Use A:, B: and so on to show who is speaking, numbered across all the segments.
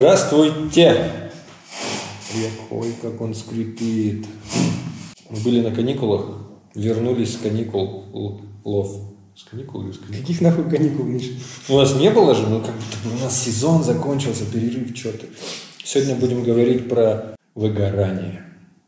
A: Здравствуйте! Ой, как он скрипит. Мы были на каникулах, вернулись с каникул. С каникул или с каникул?
B: Каких нахуй каникул, Миша?
A: У нас не было же, как будто бы у нас сезон закончился, перерыв, что-то. Сегодня будем говорить про выгорание.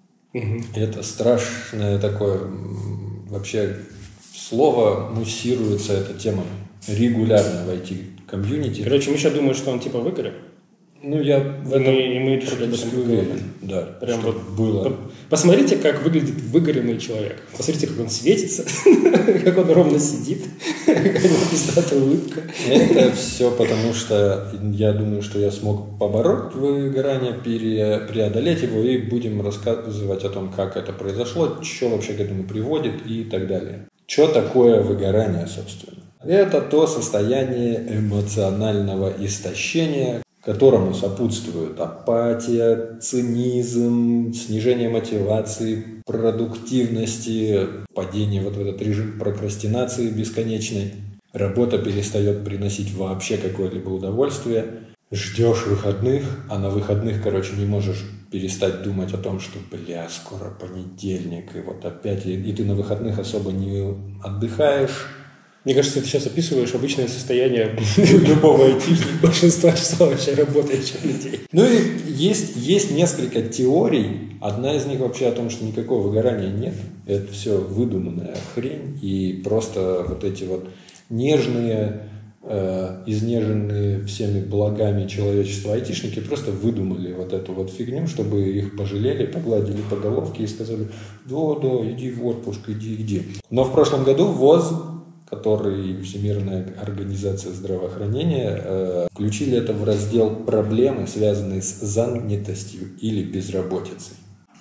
A: Это страшное такое, вообще слово муссируется, эта тема регулярно в IT-комьюнити.
B: Короче, Миша думает, что он типа выгорел.
A: Ну, я в этом
B: мы решили
A: уверен. Да,
B: прям вот
A: было.
B: Посмотрите, как выглядит выгоренный человек. Посмотрите, как он светится, как он ровно сидит, какая у него пиздатая улыбка.
A: Это все потому, что я думаю, что я смог побороть выгорание, преодолеть его, и будем рассказывать о том, как это произошло, что вообще к этому приводит и так далее. Что такое выгорание, собственно? Это то состояние эмоционального истощения, которому сопутствуют апатия, цинизм, снижение мотивации, продуктивности, падение вот в этот режим прокрастинации бесконечной. Работа перестает приносить вообще какое-либо удовольствие. Ждешь выходных, а на выходных, не можешь перестать думать о том, что, скоро понедельник, и вот опять, и ты на выходных особо не отдыхаешь.
B: Мне кажется, ты сейчас описываешь обычное состояние любого айтишника, большинства вообще работающих людей.
A: Ну и есть несколько теорий. Одна из них вообще о том, что никакого выгорания нет. Это все выдуманная хрень. И просто вот эти вот нежные, изнеженные всеми благами человечества айтишники просто выдумали вот эту вот фигню, чтобы их пожалели, погладили по головке и сказали: да, иди в отпуск, иди. Но в прошлом году ВОЗ, который Всемирная организация здравоохранения, включили это в раздел «Проблемы, связанные с занятостью или безработицей».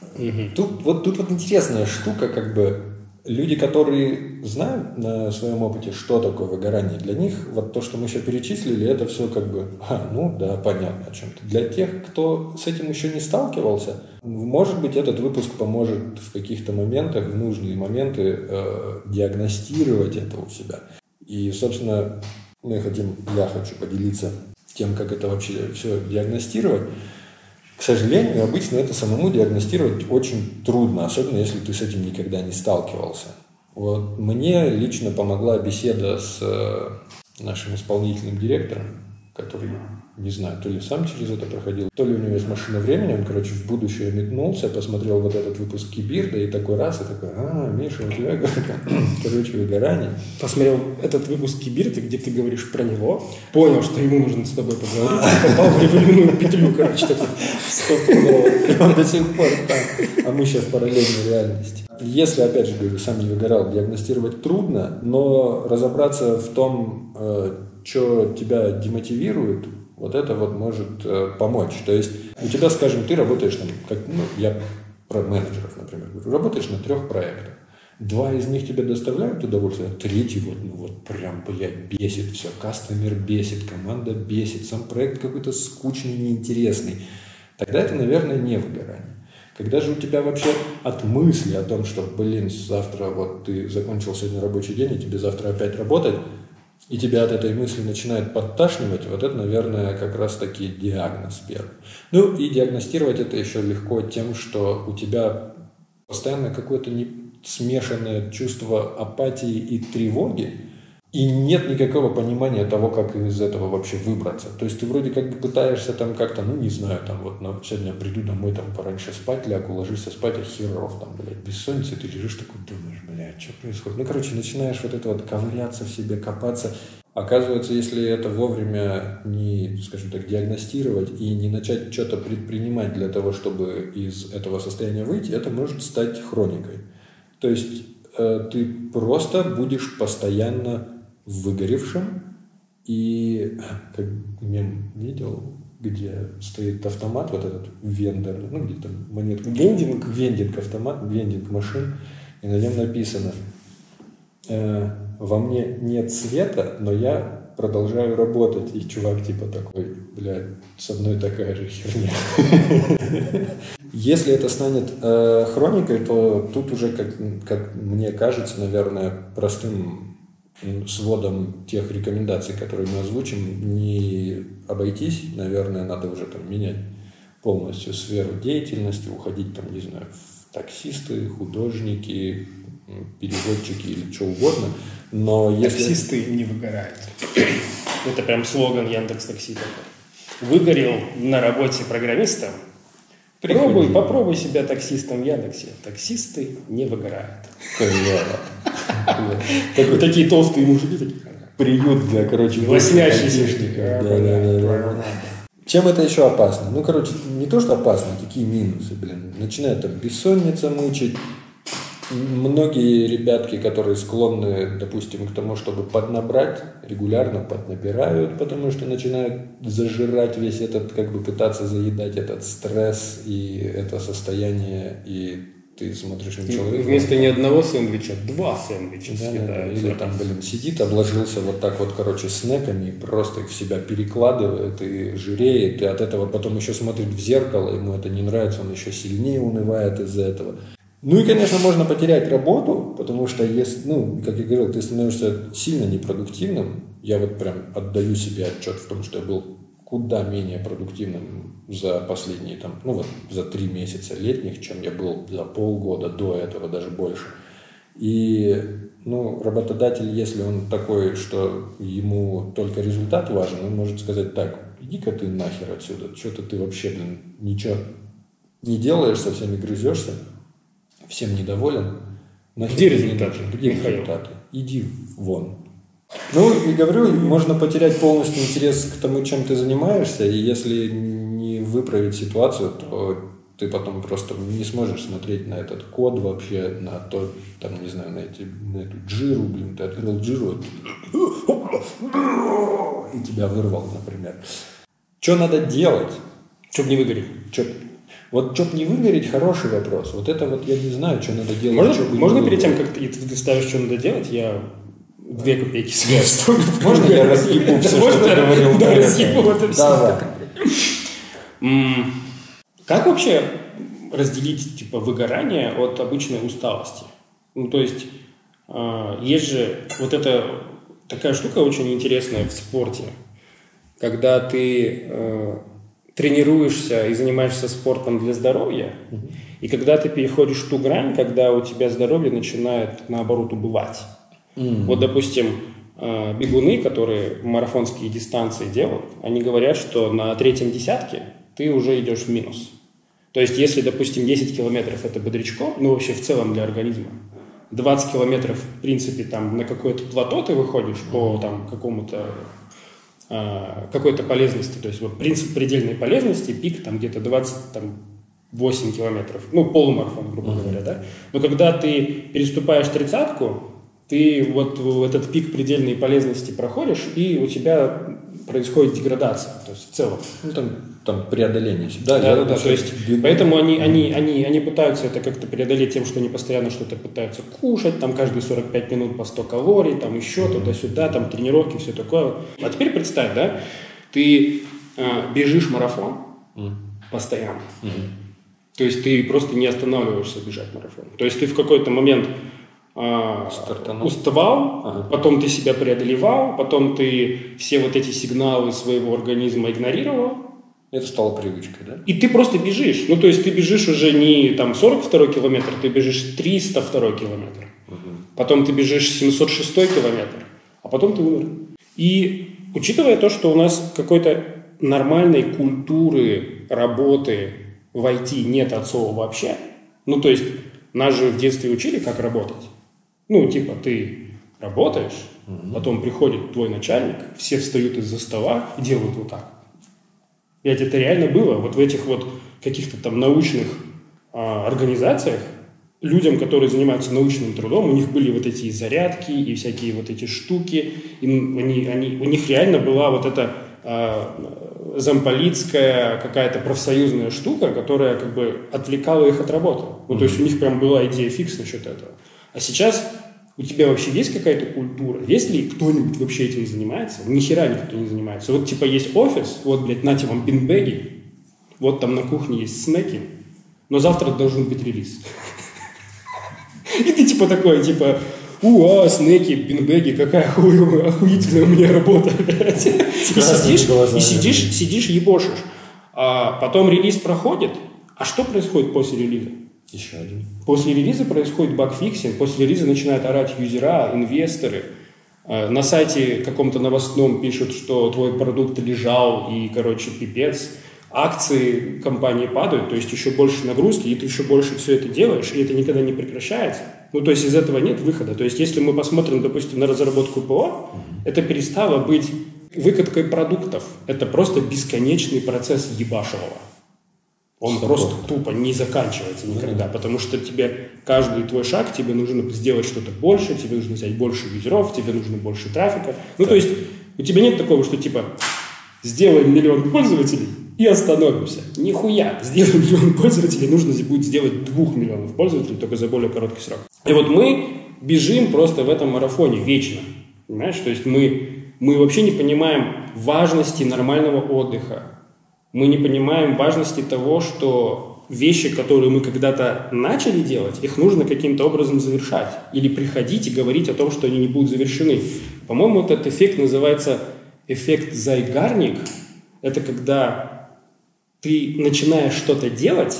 A: Тут интересная штука, люди, которые знают на своем опыте, что такое выгорание, для них вот то, что мы сейчас перечислили, это все понятно о чем-то. Для тех, кто с этим еще не сталкивался, может быть, этот выпуск поможет в каких-то моментах, в нужные моменты диагностировать это у себя. И, собственно, я хочу поделиться тем, как это вообще все диагностировать. К сожалению, обычно это самому диагностировать очень трудно, особенно если ты с этим никогда не сталкивался. Вот мне лично помогла беседа с нашим исполнительным директором, который, не знаю, то ли сам через это проходил, то ли у него есть машина времени, он, в будущее метнулся, посмотрел вот этот выпуск Кибирда и такой, Миша, у тебя, выгорание.
B: Посмотрел этот выпуск Кибирда, где ты говоришь про него, понял, что ему нужно с тобой поговорить, и попал в временную петлю, такой,
A: и он до сих пор там, а мы сейчас в параллельной реальности. Если, опять же говорю, сам не выгорал, диагностировать трудно, но разобраться в том, что тебя демотивирует, вот это вот может помочь. То есть у тебя, скажем, ты работаешь я про менеджеров, например, говорю, работаешь на 3 проектах. 2 из них тебе доставляют удовольствие, а 3 прям, бесит все. Кастомер бесит, команда бесит, сам проект какой-то скучный, неинтересный. Тогда это, наверное, не выгорание. Когда же у тебя вообще от мысли о том, что, завтра ты закончил сегодня рабочий день, и тебе завтра опять работать, и тебя от этой мысли начинает подташнивать, вот это, наверное, как раз-таки диагноз первый. Ну, и диагностировать это еще легко тем, что у тебя постоянно какое-то смешанное чувство апатии и тревоги, и нет никакого понимания того, как из этого вообще выбраться. То есть ты вроде пытаешься сегодня приду домой, пораньше спать лягу, ложишься спать, а херов, бессонница, ты лежишь такой, думаешь, что происходит? Начинаешь ковыряться в себе, копаться. Оказывается, если это вовремя не, диагностировать и не начать что-то предпринимать для того, чтобы из этого состояния выйти, это может стать хроникой. То есть ты просто будешь постоянно выгоревшим, и как мем видел, где стоит автомат, вот этот вендор, где там монетка, вендинг автомат, вендинг машин, и на нем написано: во мне нет света, но я продолжаю работать. И чувак такой, со мной такая же херня. Если это станет хроникой, то тут уже, как мне кажется, наверное, простым сводом тех рекомендаций, которые мы озвучим, не обойтись. Наверное, надо уже там менять полностью сферу деятельности, уходить там, не знаю, в таксисты, художники, переводчики или что угодно. Но если...
B: Таксисты не выгорают. Это прям слоган Яндекс.Такси такой. Выгорел на работе программистом? Попробуй себя таксистом в Яндексе. Таксисты не выгорают. Такие толстые мужики такие.
A: Приют для,
B: лоснящихся.
A: Чем это еще опасно? Не то, что опасно, какие минусы, Начинает там бессонница мучить. Многие ребятки, которые склонны, допустим, к тому, чтобы поднабрать, регулярно поднабирают, потому что начинают зажирать весь этот, пытаться заедать этот стресс и это состояние, и ты смотришь на человека.
B: Вместо не одного сэндвича, 2 сэндвича съедают.
A: Или там, сидит, обложился вот так вот, снеками, и просто их в себя перекладывает и жиреет, и от этого потом еще смотрит в зеркало, ему это не нравится, он еще сильнее унывает из-за этого. И, конечно, можно потерять работу, потому что, если, как я говорил, ты становишься сильно непродуктивным. Я прям отдаю себе отчет в том, что я был куда менее продуктивным за последние, за 3 месяца летних, чем я был за полгода до этого, даже больше. И, работодатель, если он такой, что ему только результат важен, он может сказать: так, иди-ка ты нахер отсюда, что-то ты вообще, ничего не делаешь, со всеми грызешься. Всем недоволен.
B: Где результаты?
A: Где результаты? Иди вон. И говорю, можно потерять полностью интерес к тому, чем ты занимаешься, и если не выправить ситуацию, то ты потом просто не сможешь смотреть на этот код вообще, на то, там, не знаю, на эту джиру, ты открыл джиру, и тебя вырвал, например. Что надо делать?
B: Чтобы не выгореть.
A: Чтобы не выгореть, хороший вопрос. Это я не знаю, что надо делать.
B: Можно перед тем, как ты ставишь, что надо делать, я 2 копейки себе вставлю?
A: Можно я разъебу все, что ты говорил?
B: Да, разъебу это все. Как вообще разделить выгорание от обычной усталости? То есть, есть же такая штука очень интересная в спорте, когда ты тренируешься и занимаешься спортом для здоровья, и когда ты переходишь ту грань, когда у тебя здоровье начинает, наоборот, убывать. Допустим, бегуны, которые марафонские дистанции делают, они говорят, что на 3-м десятке ты уже идешь в минус. То есть, если, допустим, 10 километров – это бодрячком, вообще в целом для организма, 20 километров, в принципе, там на какое-то плато ты выходишь по какой-то полезности, то есть принцип предельной полезности, пик там где-то 28 километров, полумарафон, грубо говоря, да. Но когда ты переступаешь 30-ку, ты этот пик предельной полезности проходишь, и у тебя происходит деградация, то есть в целом.
A: Там преодоление.
B: Да. То есть, поэтому они пытаются это как-то преодолеть тем, что они постоянно что-то пытаются кушать, там каждые 45 минут по 100 калорий, там еще туда-сюда, там тренировки, все такое. А теперь представь, да, ты бежишь марафон постоянно. То есть ты просто не останавливаешься бежать марафон. То есть ты в какой-то момент уставал, потом ты себя преодолевал, потом ты все эти сигналы своего организма игнорировал.
A: Это стало привычкой, да?
B: И ты просто бежишь. То есть ты бежишь уже не 42-й километр, ты бежишь 302-й километр. Потом ты бежишь 706-й километр, а потом ты умер. И учитывая то, что у нас какой-то нормальной культуры работы в IT нет от слова вообще, то есть нас же в детстве учили, как работать. Ты работаешь, потом приходит твой начальник, все встают из-за стола и делают вот так. Ведь это реально было. В этих каких-то там научных организациях людям, которые занимаются научным трудом, у них были эти зарядки и всякие эти штуки. И у них реально была эта замполитская какая-то профсоюзная штука, которая отвлекала их от работы. То есть у них прям была идея фикс насчет этого. А сейчас у тебя вообще есть какая-то культура? Есть ли кто-нибудь вообще этим занимается? Ни хера никто не занимается. Есть офис, нате вам бинбеги, там на кухне есть снеки, но завтра должен быть релиз. И ты такой, снеки, бинбеги, какая охуительная у меня работа. И сидишь, ебошишь. А потом релиз проходит. А что происходит после релиза?
A: Еще один.
B: После релиза происходит багфиксинг, после релиза начинают орать юзера, инвесторы. На сайте каком-то новостном пишут, что твой продукт лежал и, пипец. Акции компании падают, то есть еще больше нагрузки, и ты еще больше все это делаешь, и это никогда не прекращается. То есть из этого нет выхода. То есть если мы посмотрим, допустим, на разработку ПО, это перестало быть выкаткой продуктов. Это просто бесконечный процесс ебашевого. Он просто тупо не заканчивается никогда, потому что тебе каждый твой шаг, тебе нужно сделать что-то больше, тебе нужно взять больше юзеров, тебе нужно больше трафика. То есть у тебя нет такого, что сделаем 1 миллион пользователей и остановимся. Нихуя. Сделаем 1 миллион пользователей, нужно будет сделать 2 миллионов пользователей, только за более короткий срок. И мы бежим просто в этом марафоне вечно. Понимаешь? То есть мы вообще не понимаем важности нормального отдыха. Мы не понимаем важности того, что вещи, которые мы когда-то начали делать, их нужно каким-то образом завершать. Или приходить и говорить о том, что они не будут завершены. По-моему, этот эффект называется эффект Зайгарник. Это когда ты начинаешь что-то делать,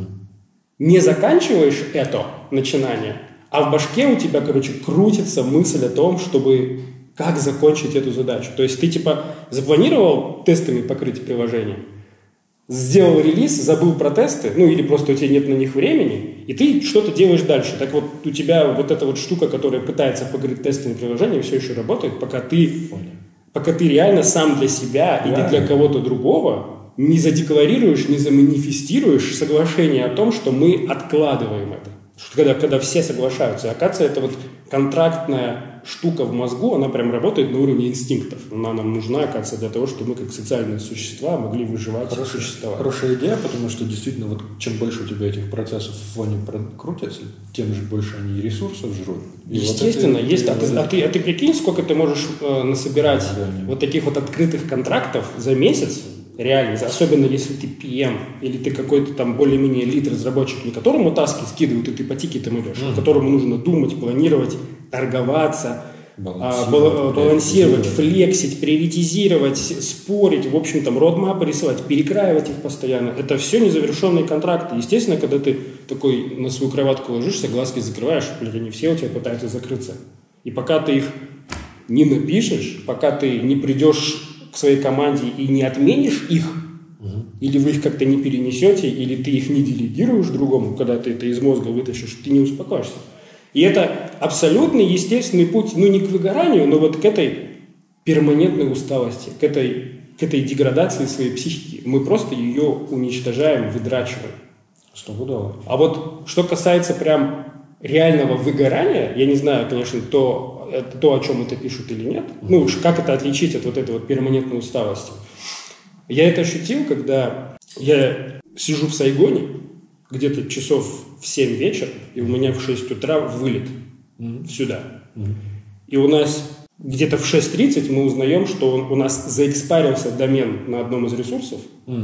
B: не заканчиваешь это начинание, а в башке у тебя, крутится мысль о том, чтобы как закончить эту задачу. То есть ты, запланировал тестами покрыть приложение, сделал релиз, забыл про тесты, или просто у тебя нет на них времени, и ты что-то делаешь дальше. Так вот, у тебя вот эта штука, которая пытается покрыть тестами приложения, все еще работает, пока ты реально сам для себя или для кого-то другого не задекларируешь, не заманифестируешь соглашение о том, что мы откладываем это. Когда все соглашаются. Оказывается, это контрактная штука в мозгу, она прям работает на уровне инстинктов. Она нам нужна, оказывается, для того, чтобы мы как социальные существа могли выживать и существовать.
A: Хорошая идея, потому что действительно, чем больше у тебя этих процессов в фоне крутятся, тем же больше они ресурсов жрут.
B: И естественно, есть. А ты прикинь, сколько ты можешь насобирать таких открытых контрактов за месяц, реально, особенно если ты PM, или ты какой-то там более-менее лид-разработчик, не которому таски скидывают, и ты по тикетам идешь, которому нужно думать, планировать, торговаться, балансировать, флексить, приоритизировать, спорить, в общем, родмапы рисовать, перекраивать их постоянно. Это все незавершенные контракты. Естественно, когда ты такой на свою кроватку ложишься, глазки закрываешь, они все у тебя пытаются закрыться. И пока ты их не напишешь, пока ты не придешь к своей команде и не отменишь их, или вы их как-то не перенесете, или ты их не делегируешь другому, когда ты это из мозга вытащишь, ты не успокоишься. И это абсолютно естественный путь, не к выгоранию, но к этой перманентной усталости, к этой деградации своей психики. Мы просто ее уничтожаем, выдрачиваем.
A: Стопудово.
B: А что касается прям реального выгорания, я не знаю, конечно, то, о чем это пишут или нет, как это отличить от этой перманентной усталости. Я это ощутил, когда я сижу в Сайгоне, где-то часов в 7 вечера, и у меня в 6 утра вылет сюда. И у нас где-то в 6:30 мы узнаем, что у нас заэкспарился домен на одном из ресурсов,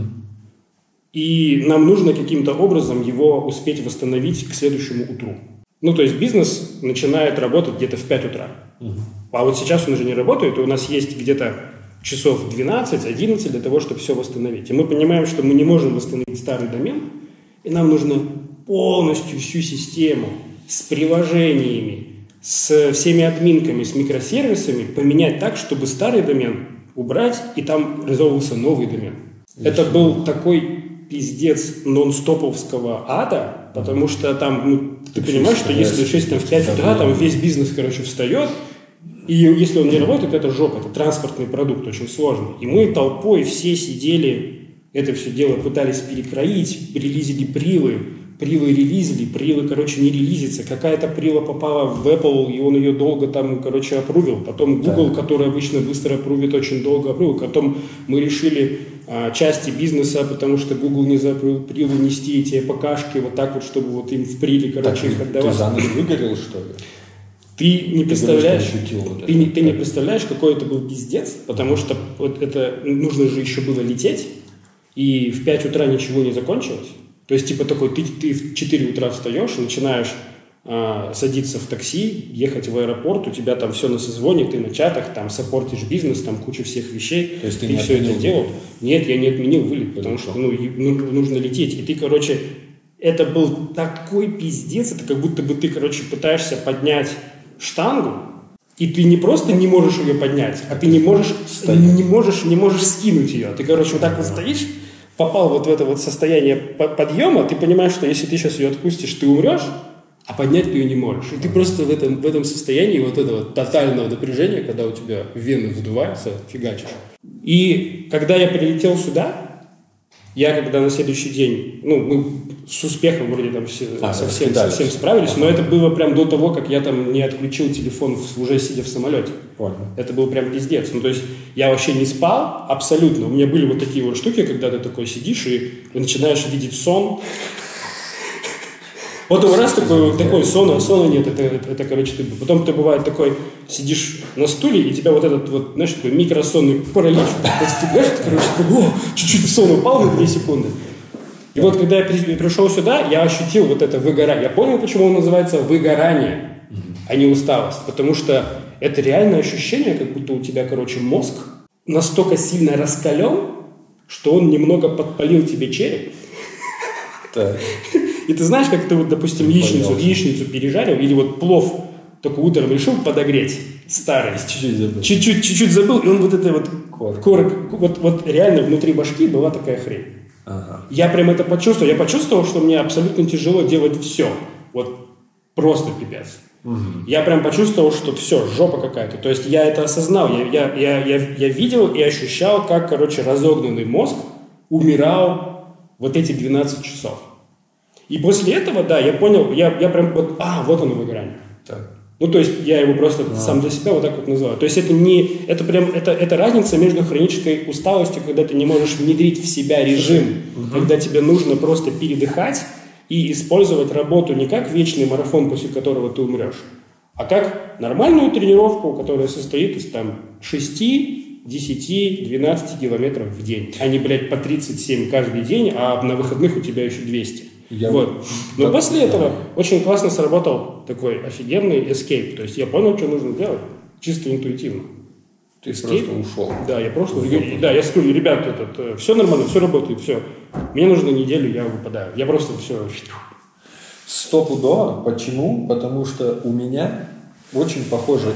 B: и нам нужно каким-то образом его успеть восстановить к следующему утру. То есть бизнес начинает работать где-то в 5 утра. А сейчас он уже не работает, и у нас есть где-то часов 12-11 для того, чтобы все восстановить. И мы понимаем, что мы не можем восстановить старый домен, и нам нужно полностью всю систему с приложениями, с всеми админками, с микросервисами поменять так, чтобы старый домен убрать, и там реализовывался новый домен. Это был такой пиздец нон-стоповского ада, потому что там, ты понимаешь, что если 6 в 5 утра, там весь бизнес, встает, и если он не работает, это жопа, это транспортный продукт, очень сложный. И мы толпой все сидели, это все дело пытались перекроить, релизили прилы релизили, прилы, не релизится. Какая-то прила попала в Apple, и он ее долго опрувил. Потом Google, который обычно быстро апрувит, очень долго апрувил. Потом мы решили части бизнеса, потому что Google не запрыл прилы нести эти АПКшки чтобы им в приле, их отдавать.
A: Ты заново выгорел, что ли?
B: Ты не представляешь, ты не представляешь, какой это был пиздец, потому что это нужно же еще было лететь, и в 5 утра ничего не закончилось. То есть, ты в 4 утра встаешь и начинаешь садиться в такси, ехать в аэропорт, у тебя там все на созвоне, ты на чатах, там саппортишь бизнес, там куча всех вещей.
A: То есть
B: ты все это делал? Нет, я не отменил вылет, потому что нужно лететь. И ты, короче, это был такой пиздец, это как будто бы ты, короче, пытаешься поднять штангу, и ты не просто не можешь ее поднять, а ты не можешь скинуть ее. Ты, короче, вот так вот стоишь, попал вот в это вот состояние подъема, ты понимаешь, что если ты сейчас ее отпустишь, ты умрешь, а поднять ты ее не можешь. И ты просто в этом состоянии вот этого тотального напряжения, когда у тебя вены вздуваются, фигачишь. И когда я прилетел сюда, когда на следующий день, мы с успехом вроде там совсем справились, но это было прям до того, как я там не отключил телефон, уже сидя в самолете.
A: Понял.
B: Это был прям пиздец. То есть я вообще не спал абсолютно. У меня были вот такие вот штуки, когда ты такой сидишь и начинаешь видеть сон. Вот у раз такой сона нет, это, короче, потом ты бывает такой, сидишь на стуле, и тебя вот этот вот, знаешь, такой микросонный паралич подстигаешь, короче, чуть-чуть сон упал на 2 секунды. И вот когда я пришел сюда, я ощутил вот это выгорание. Я понял, почему он называется выгорание, а не усталость. Потому что это реальное ощущение, как будто у тебя, короче, мозг настолько сильно раскален, что он немного подпалил тебе череп.
A: Так.
B: И ты знаешь, как ты, вот, допустим, яичницу пережарил, или вот плов только утром решил подогреть старый. Чуть-чуть забыл, и он вот это вот корок, вот реально внутри башки была такая хрень.
A: Ага.
B: Я прям это почувствовал. Я почувствовал, что мне абсолютно тяжело делать все. Вот просто пипец. Угу. Я прям почувствовал, что все, жопа какая-то. То есть я это осознал. Я видел и ощущал, как, короче, разогнанный мозг умирал вот эти 12 часов. И после этого, да, я понял, я прям вот оно выгорание.
A: Так.
B: То есть я его просто сам для себя вот так вот называю. То есть это разница между хронической усталостью, когда ты не можешь внедрить в себя режим, когда тебе нужно просто передыхать и использовать работу не как вечный марафон, после которого ты умрешь, а как нормальную тренировку, которая состоит из 6, 10, 12 километров в день, а не, по 37 каждый день, а на выходных у тебя еще 200. Но после этого очень классно сработал такой офигенный эскейп. То есть я понял, что нужно делать, чисто интуитивно.
A: Ты просто ушел.
B: Да, я просто я скажу, ребят, все нормально, все работает, все. Мне нужно неделю, я выпадаю. Я просто все...
A: Стопудово. Почему? Потому что у меня очень похоже,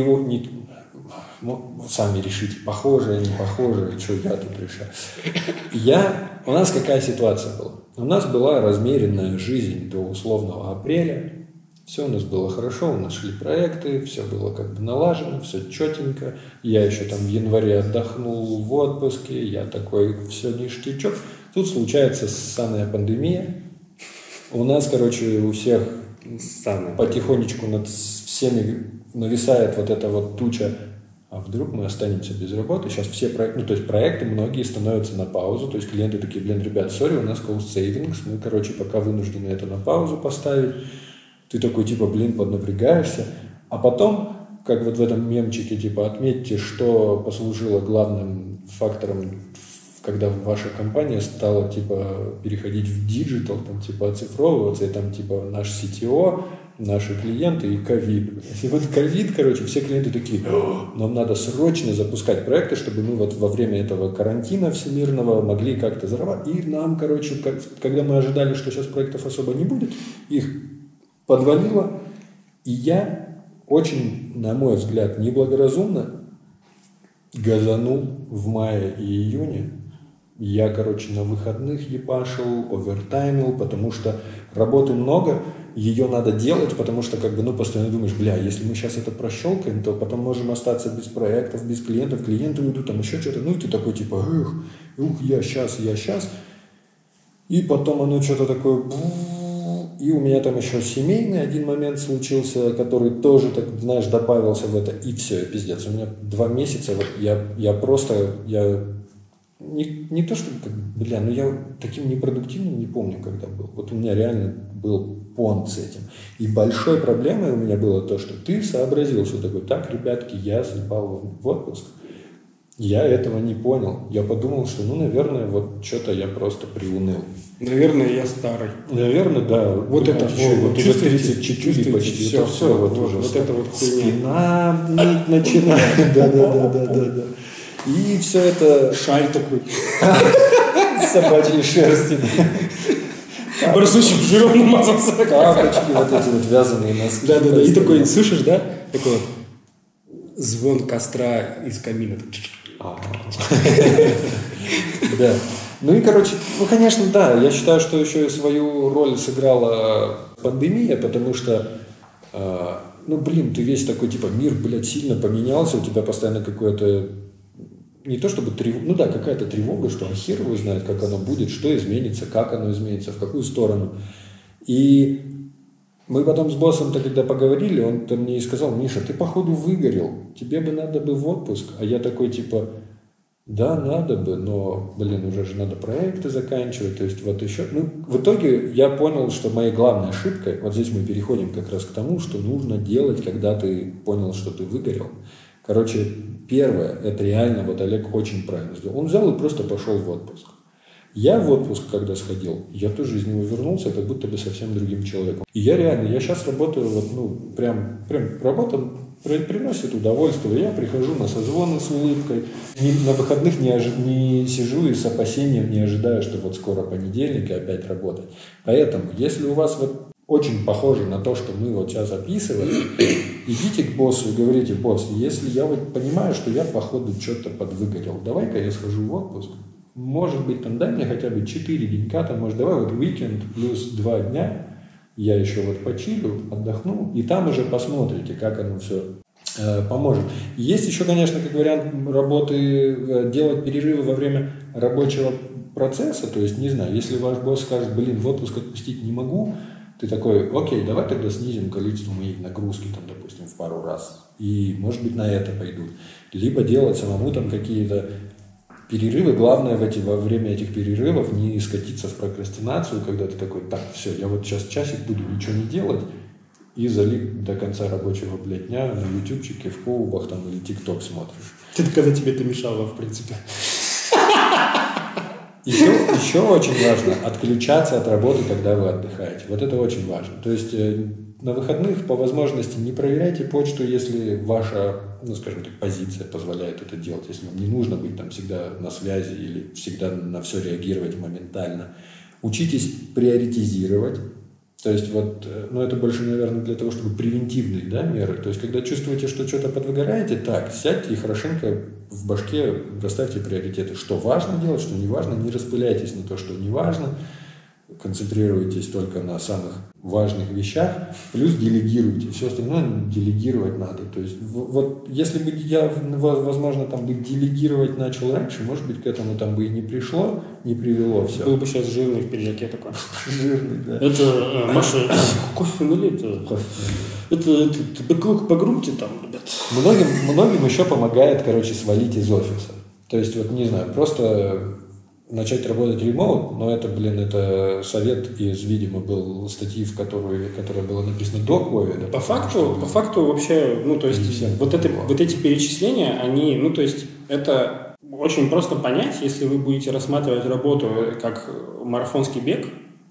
A: сами решите, похожее, не похожее, что я тут решаю. У нас какая ситуация была? У нас была размеренная жизнь до условного апреля. Все у нас было хорошо, у нас шли проекты, все было как бы налажено, все четенько. Я еще там в январе отдохнул в отпуске, я такой, все ништячок. Тут случается ссаная пандемия. У нас, короче, у всех потихонечку над всеми нависает вот эта вот туча. А вдруг мы останемся без работы? Сейчас все проекты многие становятся на паузу. То есть клиенты такие, ребят, сори, у нас cost savings. Мы, пока вынуждены это на паузу поставить. Ты такой, поднапрягаешься. А потом, как вот в этом мемчике, отметьте, что послужило главным фактором, когда ваша компания стала, переходить в диджитал, оцифровываться, и наш CTO, наши клиенты и ковид. И вот ковид, все клиенты такие, нам надо срочно запускать проекты, чтобы мы вот во время этого карантина всемирного могли как-то зарабатывать. И нам, когда мы ожидали, что сейчас проектов особо не будет, их подвалило. И я очень, на мой взгляд, неблагоразумно газанул в мае и июне. Я, на выходных ебашил, овертаймил, потому что работы много, ее надо делать, потому что, постоянно думаешь, если мы сейчас это прощелкаем, то потом можем остаться без проектов, без клиентов, клиенты уйдут, там еще что-то, и ты такой, я сейчас. И потом оно что-то такое, и у меня там еще семейный один момент случился, который тоже, добавился в это, и все, пиздец. У меня 2 месяца, я не то, что, я таким непродуктивным не помню, когда был. Вот у меня реально был понт с этим. И большой проблемой у меня было то, что ты сообразил, что такой, так, ребятки, я съебал в отпуск. Я этого не понял. Я подумал, что, наверное, вот что-то я просто приуныл.
B: Наверное, я старый.
A: Наверное, да.
B: Вот это
A: вот уже 34 почти.
B: Все,
A: это все вот уже.
B: Вот это вот хуйня.
A: Спина ныть начинает. Да. И все это...
B: Шаль такой.
A: Собачьей шерсти.
B: Барсучим жиром намазался.
A: Тапочки, вот эти вот вязаные носки.
B: Да. И такой, слышишь, да? Такой звон костра из камина.
A: Да. Ну и, короче, конечно, да, я считаю, что еще и свою роль сыграла пандемия, потому что, ты весь такой, типа, мир, блядь, сильно поменялся, у тебя постоянно какое-то, не то чтобы тревога, какая-то тревога, что хер его знает, как оно будет, что изменится, как оно изменится, в какую сторону. И мы потом с боссом-то, когда поговорили, он-то мне и сказал: Миша, ты, походу, выгорел, тебе бы надо бы в отпуск. А я такой, типа, да, надо бы, но, уже же надо проекты заканчивать, то есть вот еще. В итоге я понял, что моей главной ошибкой, вот здесь мы переходим как раз к тому, что нужно делать, когда ты понял, что ты выгорел. Короче, первое, это реально, вот Олег очень правильно сделал. Он взял и просто пошел в отпуск. Я в отпуск, когда сходил, я тоже из него вернулся, как будто бы совсем другим человеком. И я сейчас работаю, прям работа приносит удовольствие. Я прихожу на созвоны с улыбкой, на выходных не сижу и с опасением не ожидаю, что вот скоро понедельник и опять работать. Поэтому, если у вас вот очень похоже на то, что мы вот сейчас описывали, идите к боссу и говорите: босс, если я вот понимаю, что я походу что-то подвыгорел, давай-ка я схожу в отпуск. Может быть, дай мне хотя бы 4 денька, может, давай вот уикенд плюс 2 дня, я еще вот почилю, отдохну, и там уже посмотрите, как оно все поможет. Есть еще, конечно, как вариант работы, делать перерывы во время рабочего процесса, то есть, не знаю, если ваш босс скажет: в отпуск отпустить не могу, ты такой: окей, давай тогда снизим количество моей нагрузки, допустим, в пару раз, и, может быть, на это пойдут. Либо делать самому какие-то перерывы. Главное во время этих перерывов не скатиться в прокрастинацию, когда ты такой: так, все, я вот сейчас часик буду ничего не делать и залип до конца рабочего, дня на ютубчике, в поубах или тикток смотришь.
B: Это когда тебе это мешало, в принципе.
A: Еще очень важно отключаться от работы, когда вы отдыхаете. Вот это очень важно. То есть на выходных по возможности не проверяйте почту, если ваша, позиция позволяет это делать. Если вам не нужно быть всегда на связи или всегда на все реагировать моментально. Учитесь приоритизировать. То есть это больше, наверное, для того, чтобы превентивные меры. То есть когда чувствуете, что что-то подвыгораете, сядьте и хорошенько в башке расставьте приоритеты. Что важно делать, что не важно. Не распыляйтесь на то, что не важно. Концентрируйтесь только на самых важных вещах. Плюс делегируйте. Все остальное делегировать надо. То есть если бы я, возможно, делегировать начал раньше, может быть, к этому бы и не пришло, не привело все.
B: Был бы сейчас жирный в пиджаке такой.
A: Жирный, да.
B: Это, Маша, кофе налей. Это бэклук погрумьте ребят.
A: Многим еще помогает, свалить из офиса. То есть, не знаю, просто начать работать ремоут, но это совет из, видимо, был статьи, которая была написана до ковида.
B: По факту вообще, вот эти перечисления, они, это очень просто понять, если вы будете рассматривать работу как марафонский бег.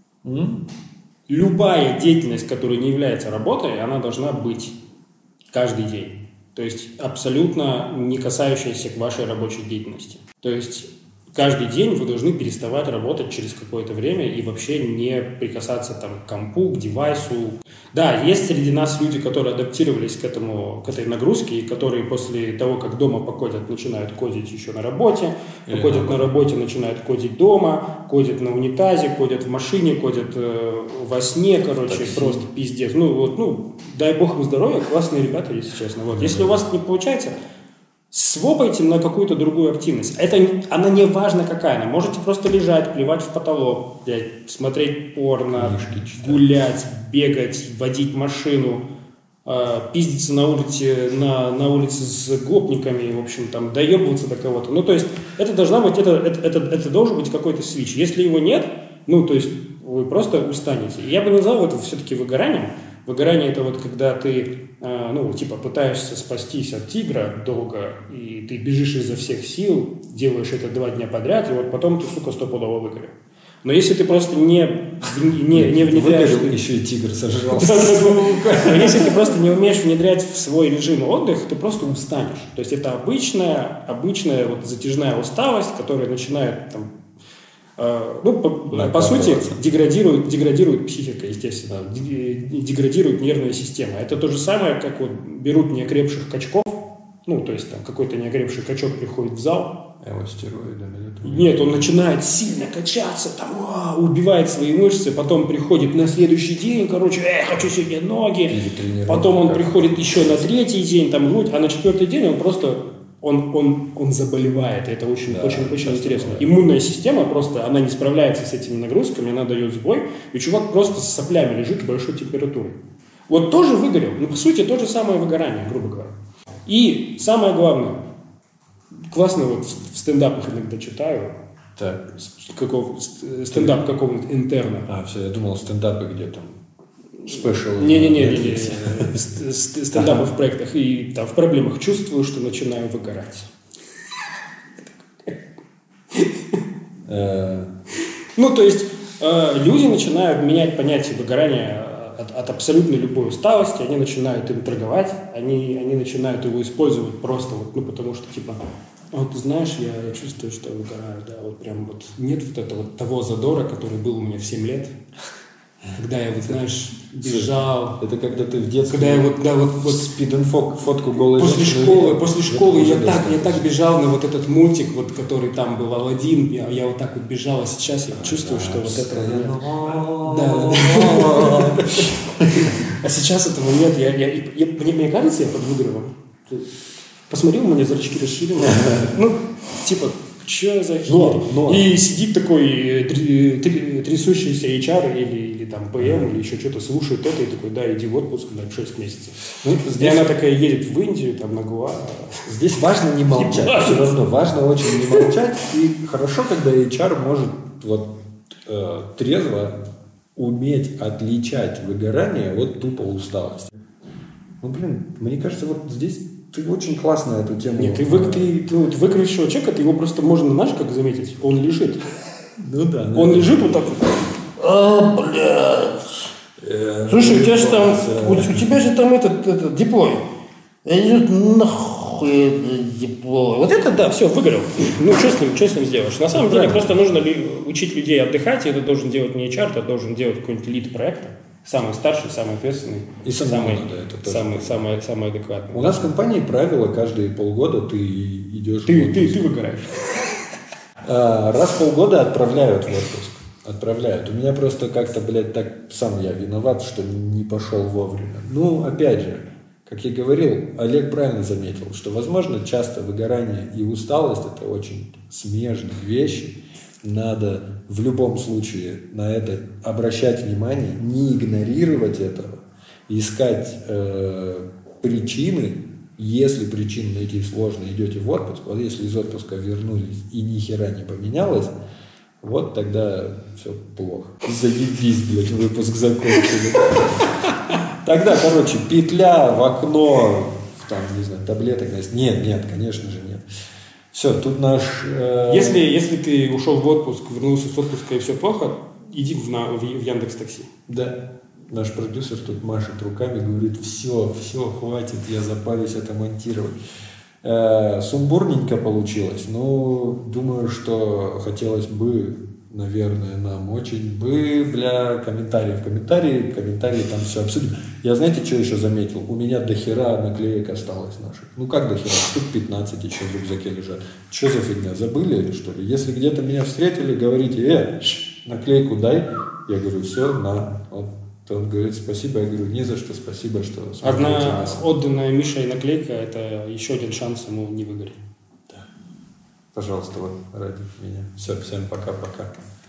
B: Любая деятельность, которая не является работой, она должна быть каждый день. То есть абсолютно не касающаяся к вашей рабочей деятельности. То есть каждый день вы должны переставать работать через какое-то время и вообще не прикасаться к компу, к девайсу. Да, есть среди нас люди, которые адаптировались к этой нагрузке, и которые после того, как дома покодят, начинают кодить еще на работе, кодят на работе, начинают кодить дома, кодят на унитазе, кодят в машине, кодят во сне, просто пиздец. Дай бог им здоровья, классные ребята, если честно. Если у вас не получается, свопайте на какую-то другую активность. Она не важна какая она. Можете просто лежать, плевать в потолок, смотреть порно, гулять, бегать, водить машину, пиздиться на улице с гопниками, в общем, доебываться до кого-то. То есть это должен быть какой-то свич. Если его нет, вы просто устанете. Я бы назвал это все-таки выгоранием. Выгорание – это вот когда ты, пытаешься спастись от тигра долго, и ты бежишь изо всех сил, делаешь это 2 дня подряд, и вот потом ты, стопудово выгорел. Но если ты просто не внедряешь...
A: Выгорел, еще и тигр сожрался.
B: Но если ты просто не умеешь внедрять в свой режим отдыха, ты просто устанешь. То есть это обычная вот затяжная усталость, которая начинает по сути, деградирует психика, естественно, деградирует нервная система. Это то же самое, как вот берут неокрепших качков, то есть там какой-то неокрепший качок приходит в зал.
A: Его стероидами?
B: Нет, он начинает сильно качаться, убивает свои мышцы, потом приходит на следующий день, хочу сегодня ноги, потом он приходит еще на 3-й день, грудь, а на 4-й день он просто... Он заболевает, это очень интересно. Иммунная система просто, она не справляется с этими нагрузками, она дает сбой, и чувак просто с соплями лежит с большой температурой. Вот тоже выгорел, по сути, то же самое выгорание, грубо говоря. И самое главное, классно вот в стендапах иногда читаю,
A: так.
B: Стендап какого-нибудь интерна.
A: Все, я думал, стендапы где там. Спешл.
B: Не. Стендапы в проектах. И там в проблемах чувствую, что начинаю выгорать. То есть люди начинают менять понятие выгорания от абсолютно любой усталости, они начинают им торговать, они начинают его использовать просто потому что ты знаешь, я чувствую, что я выгораю, прям нет того задора, который был у меня в 7 лет. Когда я, бежал.
A: Это когда ты в детстве...
B: Когда я
A: фотку голой
B: после школы я так бежал на этот мультик, который там был Аладдин, я вот так бежал, а сейчас я чувствую, что этого нет. Да. А сейчас этого нет. Мне кажется, я под выигрывом. Посмотрел, у меня зрачки расширены. Что за херня? И сидит такой трясущийся HR или там ПМ, или еще что-то, слушает это и такой, иди в отпуск на 6 месяцев. И она такая едет в Индию, на Гоа.
A: Здесь важно не молчать. Все равно важно очень не молчать. И хорошо, когда HR может трезво уметь отличать выгорание от тупо усталости. Мне кажется, здесь ты очень классно эту тему...
B: Нет, выигравшего человека, его просто можно, как заметить, он лежит. Он лежит вот так вот. Блядь. Слушай, у тебя же там... У тебя же там этот диплой. Идет нахуй диплой. Вот это, да, все, выиграл. Что с ним сделаешь? На самом деле, просто нужно учить людей отдыхать, и это должен делать не HR, это должен делать какой-нибудь лид проекта. Самый старший, самый ответственный,
A: и
B: самый адекватный.
A: У нас в компании правило, каждые полгода ты идешь...
B: Ты выгораешь.
A: Раз в полгода отправляют в отпуск. Отправляют. У меня просто как-то, так сам я виноват, что не пошел вовремя. Опять же, как я говорил, Олег правильно заметил, что, возможно, часто выгорание и усталость – это очень смежные вещи. Надо в любом случае на это обращать внимание, не игнорировать этого, искать причины. Если причины найти сложно, идете в отпуск. Вот если из отпуска вернулись и ни хера не поменялось, вот тогда все плохо. Заебись, выпуск закончили. Тогда, петля в окно, таблеток. Нет, конечно же нет. Все, тут наш...
B: Если ты ушел в отпуск, вернулся с отпуска и все плохо, иди в Яндекс.Такси.
A: Да. Наш продюсер тут машет руками, говорит, все, хватит, я запарюсь это монтировать. Сумбурненько получилось, но думаю, что хотелось бы, наверное, нам очень комментарии там все обсудим. Я знаете, что еще заметил? У меня дохера наклеек осталось наших. Как дохера? Штук 15 еще в рюкзаке лежат. Что за фигня? Забыли, что ли? Если где-то меня встретили, говорите, наклейку дай. Я говорю, все, на. Он говорит, спасибо. Я говорю, не за что, спасибо, что смотрите
B: одна
A: нас.
B: отданная Мишей наклейка – это еще один шанс ему не выгореть.
A: Да. Пожалуйста, ради меня. Все, всем пока-пока.